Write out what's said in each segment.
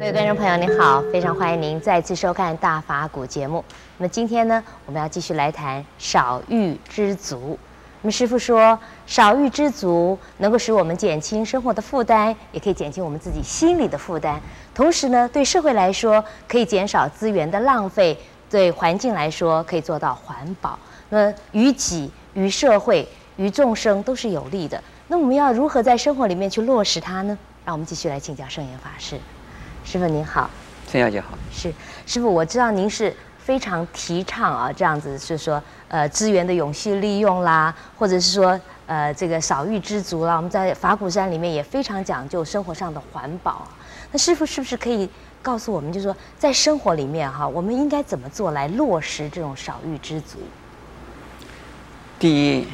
各位观众朋友，您好，非常欢迎您再次收看《大法古》节目。那么今天呢，我们要继续来谈少欲知足。那么师父说，少欲知足能够使我们减轻生活的负担，也可以减轻我们自己心理的负担。同时呢，对社会来说，可以减少资源的浪费；对环境来说，可以做到环保。那于己、于社会、于众生都是有利的。那我们要如何在生活里面去落实它呢？让我们继续来请教圣严法师。师父您好。 陈小姐好。 是师父，我知道您是非常提倡啊，这样子是说资源的永续利用啦，或者是说这个少欲知足啦。我们在法鼓山里面也非常讲究生活上的环保啊。那师父是不是可以告诉我们，就是说在生活里面哈，我们应该怎么做来落实这种少欲知足？ 第一，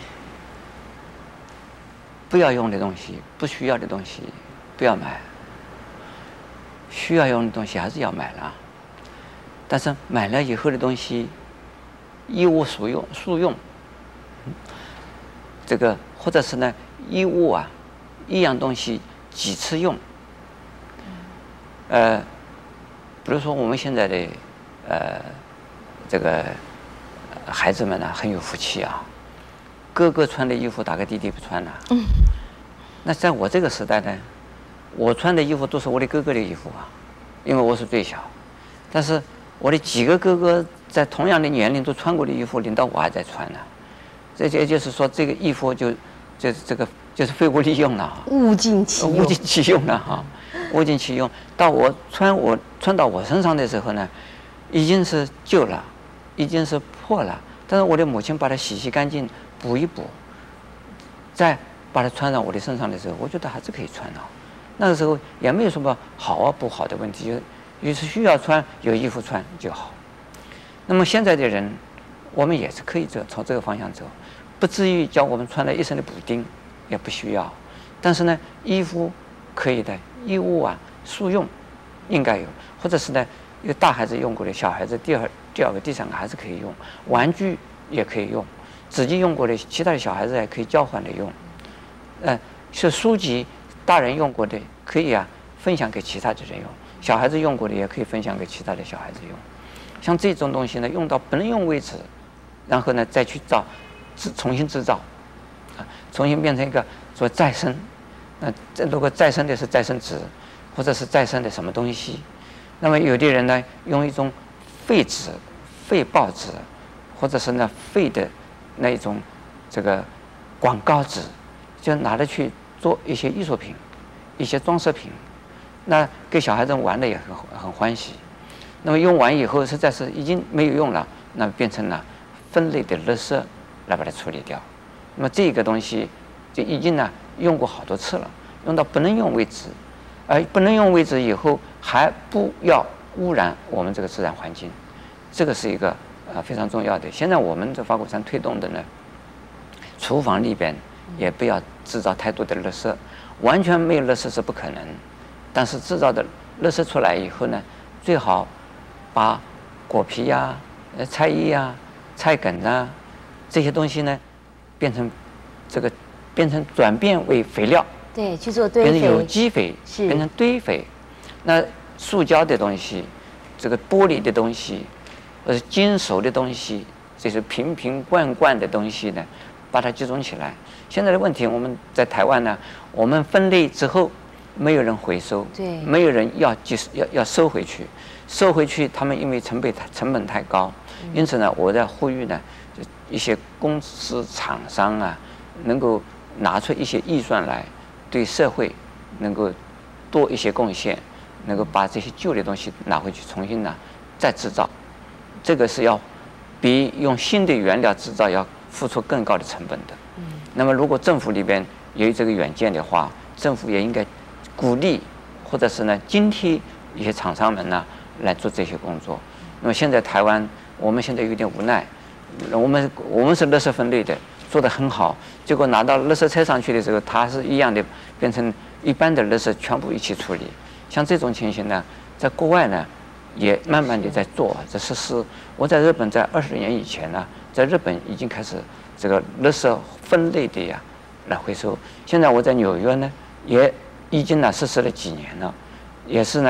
不要用的东西，不需要的东西不要买，需要用的东西还是要买了，但是买了以后的东西一无所用，这个或者是呢一样东西几次用，比如说我们现在的这个孩子们呢很有福气啊，哥哥穿的衣服大概弟弟不穿了。那在我这个时代呢，我穿的衣服都是我的哥哥的衣服啊，因为我是最小。但是我的几个哥哥在同样的年龄都穿过的衣服，轮到我还在穿呢。这也就是说，这个衣服就是废物利用了， 物尽其用。 物尽其用了哈，物尽其用。到我穿到我身上的时候呢，已经是旧了，已经是破了。但是我的母亲把它洗干净，补一补，再把它穿上我的身上的时候，我觉得还是可以穿的。那个时候也没有什么好啊不好的问题，就是需要穿有衣服穿就好。那么现在的人，我们也是可以朝这个方向走，不至于叫我们穿了一身的补丁，也不需要。但是呢，衣服可以的，衣物啊速用应该有，或者是呢有大孩子用过的，小孩子第二个、第三个还是可以用，玩具也可以用，自己用过的，其他的小孩子也可以交换的用。是书籍，大人用过的可以啊分享给其他的人用，小孩子用过的也可以分享给其他的小孩子用。像这种东西呢，用到不能用为止，然后呢再去重新制造，重新变成一个说再生。如果再生的是再生纸，或者是再生的什么东西，那么有的人呢用一种废纸、废报纸，或者是呢废的那一种这个广告纸，就拿着去做一些艺术品、一些装饰品，那给小孩子玩的也很欢喜。那么用完以后实在是已经没有用了，那变成了分类的垃圾来把它处理掉。那么这个东西就已经呢用过好多次了，用到不能用为止，而不能用为止以后还不要污染我们这个自然环境，这个是一个非常重要的。现在我们在法鼓山推动的呢，厨房里边也不要制造太多的垃圾，完全没有垃圾是不可能，但是制造的垃圾出来以后呢，最好把果皮呀、菜叶呀、菜梗啊这些东西呢，变成转变为肥料， 对，去做堆肥， 变成有机肥，变成堆肥。那塑胶的东西，这个玻璃的东西，或者金属的东西，这些瓶瓶罐罐的东西呢，把它集中起来。现在的问题，我们在台湾呢，我们分类之后，没有人回收， 对， 没有人要收回去，收回去，他们因为成本太高，因此呢，我在呼吁呢，就一些公司厂商啊，能够拿出一些预算来，对社会能够多一些贡献，能够把这些旧的东西拿回去重新呢再制造，这个是要比用新的原料制造要付出更高的成本的。那么如果政府里边有这个远见的话，政府也应该鼓励或者是呢津贴一些厂商们呢来做这些工作。那么现在台湾我们现在有点无奈，我们是垃圾分类的做得很好，结果拿到垃圾车上去的时候，它是一样的变成一般的垃圾全部一起处理。像这种情形呢，在国外呢也慢慢的在做在实施。我在日本在20年以前呢，在日本已经开始这个垃圾分类的呀来回收。现在我在纽约呢也已经呢实施了几年了，也是呢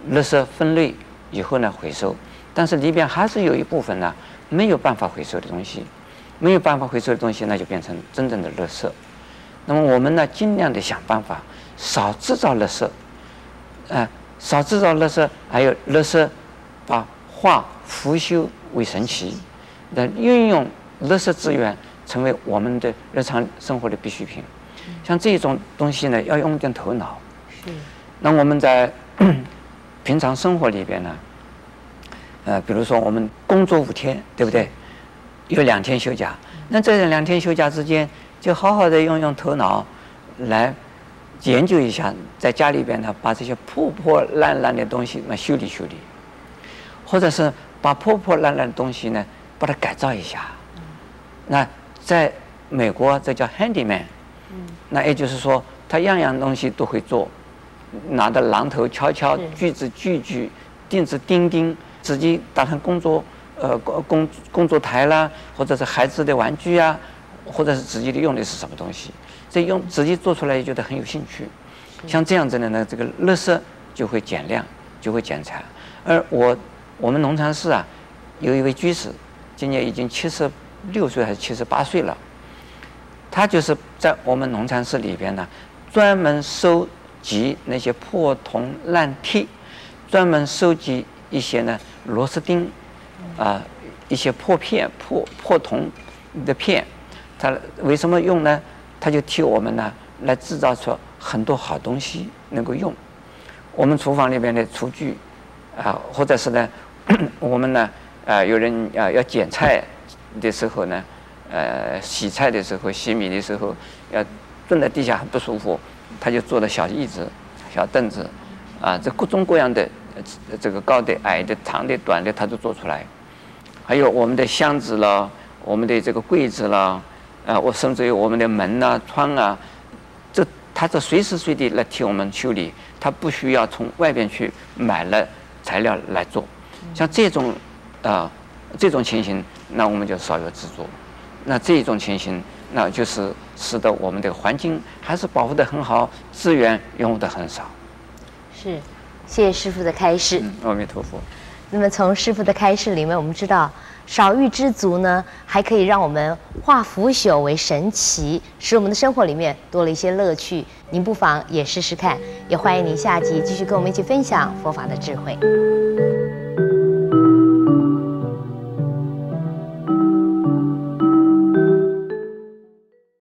垃圾分类以后呢回收，但是里边还是有一部分呢没有办法回收的东西，没有办法回收的东西那就变成真正的垃圾。那么我们呢尽量的想办法少制造垃圾，少制造垃圾，还有垃圾把化腐朽为神奇，运用垃圾资源成为我们的日常生活的必需品。像这种东西呢要用点头脑。 是。 那我们在平常生活里边呢，比如说我们工作5天，对不对？有2天休假，那这2天休假之间，就好好的用头脑来研究一下，在家里边呢，把这些破破烂烂的东西修理修理，或者是把破破烂烂的东西呢，把它改造一下。那在美国这叫 handyman，那也就是说，他样样东西都会做。拿着榔头敲敲，锯子锯，钉子钉，自己打上工作台啦，或者是孩子的玩具啊，或者是自己的用的是什么东西，这用自己做出来也觉得很有兴趣。像这样子的呢，这个垃圾就会减量，就会减产。而我们农禅寺啊，有一位居士，今年已经76岁还是78岁了，他就是在我们农禅寺里边呢，专门收集那些破铜烂铁，专门收集一些呢螺丝钉，一些破片、破铜的片，他为什么用呢？他就替我们呢来制造出很多好东西能够用。我们厨房里边的厨具，或者是呢，我们呢，有人要剪菜的时候呢，洗菜的时候、洗米的时候，要蹲在地下很不舒服。他就做了小椅子、小凳子，这各种各样的，这个高的、矮的、长的、短的，他都做出来。还有我们的箱子啦，我们的这个柜子啦，我甚至于我们的门啊、窗啊，他这随时随地来替我们修理，他不需要从外边去买了材料来做。像这种情形，那我们就少有制作。那这种情形，那就是使得我们的环境还是保护得很好，资源用得很少。 是，谢谢师父的开示。 阿弥陀佛。 那么从师父的开示里面，我们知道少欲知足呢，还可以让我们化腐朽为神奇，使我们的生活里面多了一些乐趣。您不妨也试试看，也欢迎您下集继续跟我们一起分享佛法的智慧。